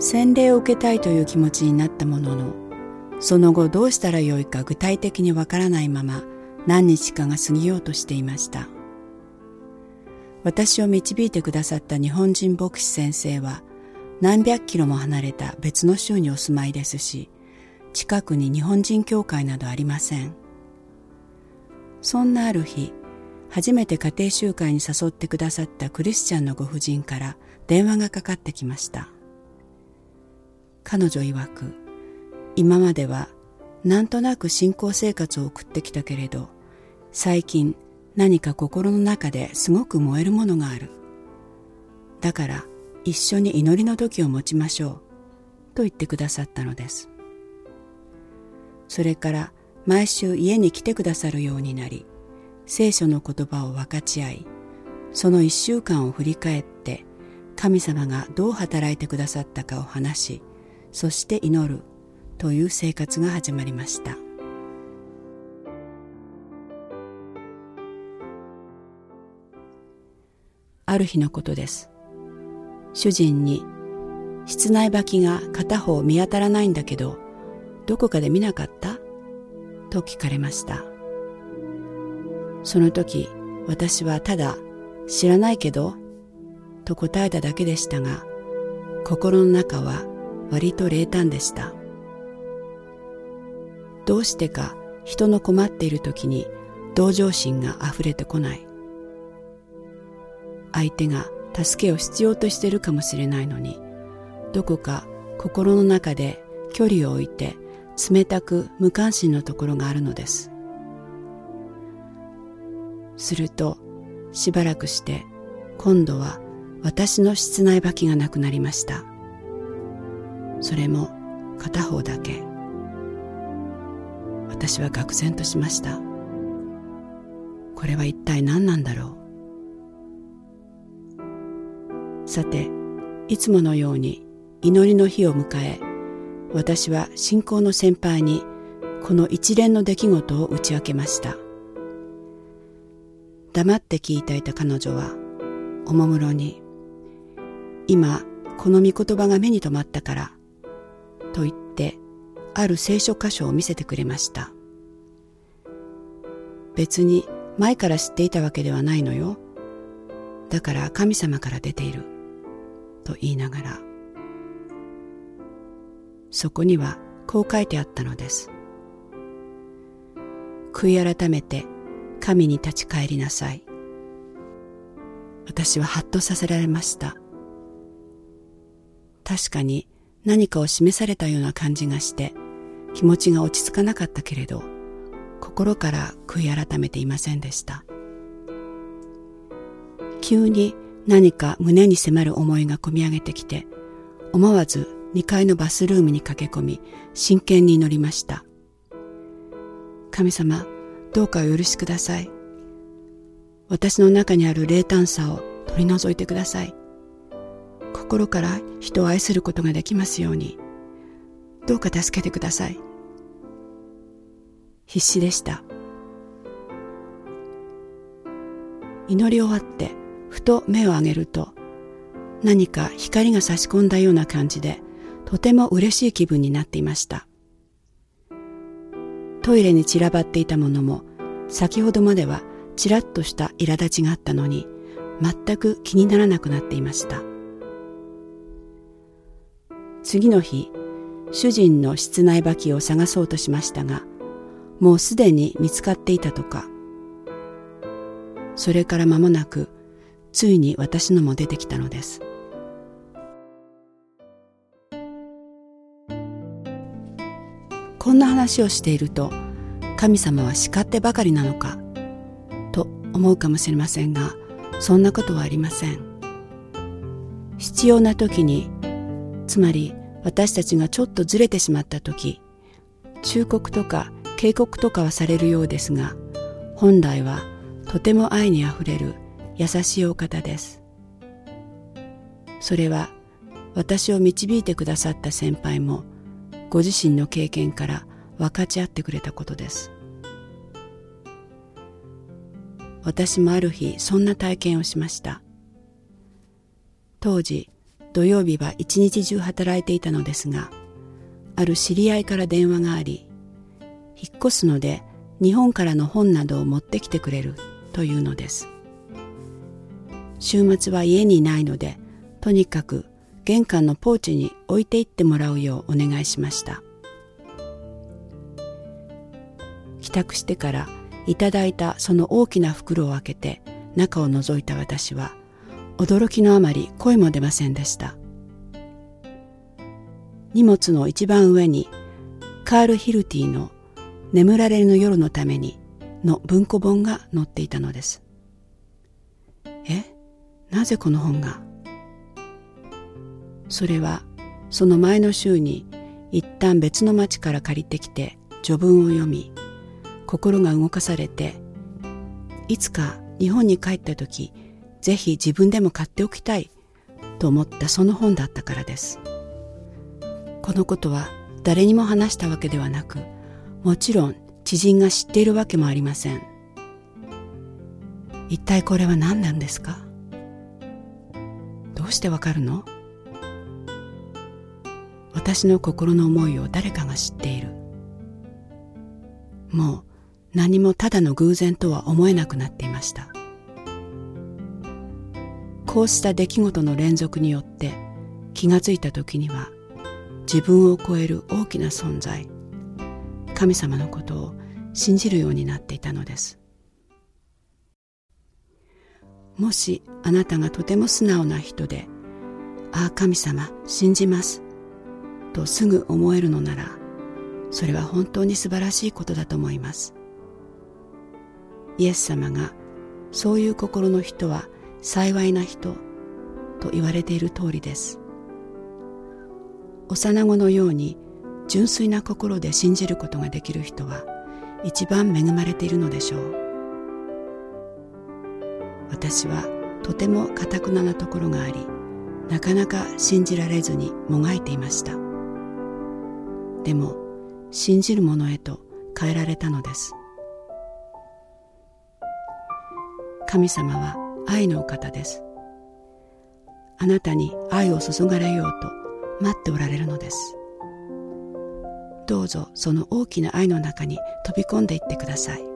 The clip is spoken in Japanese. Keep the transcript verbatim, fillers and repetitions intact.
洗礼を受けたいという気持ちになったものの、その後どうしたらよいか具体的にわからないまま何日かが過ぎようとしていました。私を導いてくださった日本人牧師先生は何百キロも離れた別の州にお住まいですし、近くに日本人教会などありません。そんなある日、初めて家庭集会に誘ってくださったクリスチャンのご婦人から電話がかかってきました。彼女曰く、今まではなんとなく信仰生活を送ってきたけれど、最近何か心の中ですごく燃えるものがある。だから一緒に祈りの時を持ちましょうと言ってくださったのです。それから毎週家に来てくださるようになり、聖書の言葉を分かち合い、その一週間を振り返って神様がどう働いてくださったかを話し、そして祈るという生活が始まりました。ある日のことです。主人に、室内履きが片方見当たらないんだけど、どこかで見なかった?と聞かれました。その時、私はただ、知らないけど、と答えただけでしたが、心の中は割と冷淡でした。どうしてか人の困っている時に同情心があふれてこない。相手が助けを必要としているかもしれないのに、どこか心の中で距離を置いて冷たく無関心のところがあるのです。するとしばらくして今度は私の室内履きがなくなりました。それも片方だけ。私は愕然としました。これは一体何なんだろう。さて、いつものように祈りの日を迎え、私は信仰の先輩にこの一連の出来事を打ち明けました。黙って聞いていた彼女はおもむろに、今この御言葉が目に留まったからと言ってある聖書箇所を見せてくれました。別に前から知っていたわけではないのよ。だから神様から出ていると言いながら、そこにはこう書いてあったのです。悔い改めて神に立ち返りなさい。私はハッとさせられました。確かに何かを示されたような感じがして気持ちが落ち着かなかったけれど、心から悔い改めていませんでした。急に何か胸に迫る思いがこみ上げてきて、思わずにかいのバスルームに駆け込み真剣に祈りました。神様、どうかお許しください。私の中にある冷淡さを取り除いてください。心から人を愛することができますように、どうか助けてください。必死でした。祈り終わってふと目を上げると、何か光が差し込んだような感じで、とても嬉しい気分になっていました。トイレに散らばっていたものも、先ほどまではちらっとした苛立ちがあったのに、全く気にならなくなっていました。次の日、主人の室内履きを探そうとしましたが、もうすでに見つかっていたとか。それから間もなく、ついに私のも出てきたのです。こんな話をしていると、神様は叱ってばかりなのかと思うかもしれませんが、そんなことはありません。必要な時に、つまり私たちがちょっとずれてしまった時、忠告とか警告とかはされるようですが、本来はとても愛にあふれる優しいお方です。それは私を導いてくださった先輩もご自身の経験から分かち合ってくれたことです。私もある日そんな体験をしました。当時土曜日は一日中働いていたのですが、ある知り合いから電話があり、引っ越すので日本からの本などを持ってきてくれるというのです。週末は家にいないので、とにかく玄関のポーチに置いていってもらうようお願いしました。帰宅してからいただいたその大きな袋を開けて中を覗いた私は、驚きのあまり声も出ませんでした。荷物の一番上にカール・ヒルティの眠られぬ夜のためにの文庫本が載っていたのです。え、なぜこの本が？それはその前の週に一旦別の町から借りてきて序文を読み、心が動かされて、いつか日本に帰った時ぜひ自分でも買っておきたいと思ったその本だったからです。このことは誰にも話したわけではなく、もちろん知人が知っているわけもありません。一体これは何なんですか？どうしてわかるの？私の心の思いを誰かが知っている。もう何もただの偶然とは思えなくなっていました。こうした出来事の連続によって気がついた時には、自分を超える大きな存在、神様のことを信じるようになっていたのです。もしあなたがとても素直な人で、ああ神様信じますとすぐ思えるのなら、それは本当に素晴らしいことだと思います。イエス様がそういう心の人は幸いな人と言われている通りです。幼子のように純粋な心で信じることができる人は一番恵まれているのでしょう。私はとても堅くななところがあり、なかなか信じられずにもがいていました。でも信じるものへと変えられたのです。神様は愛のお方です。あなたに愛を注がれようと待っておられるのです。どうぞその大きな愛の中に飛び込んでいってください。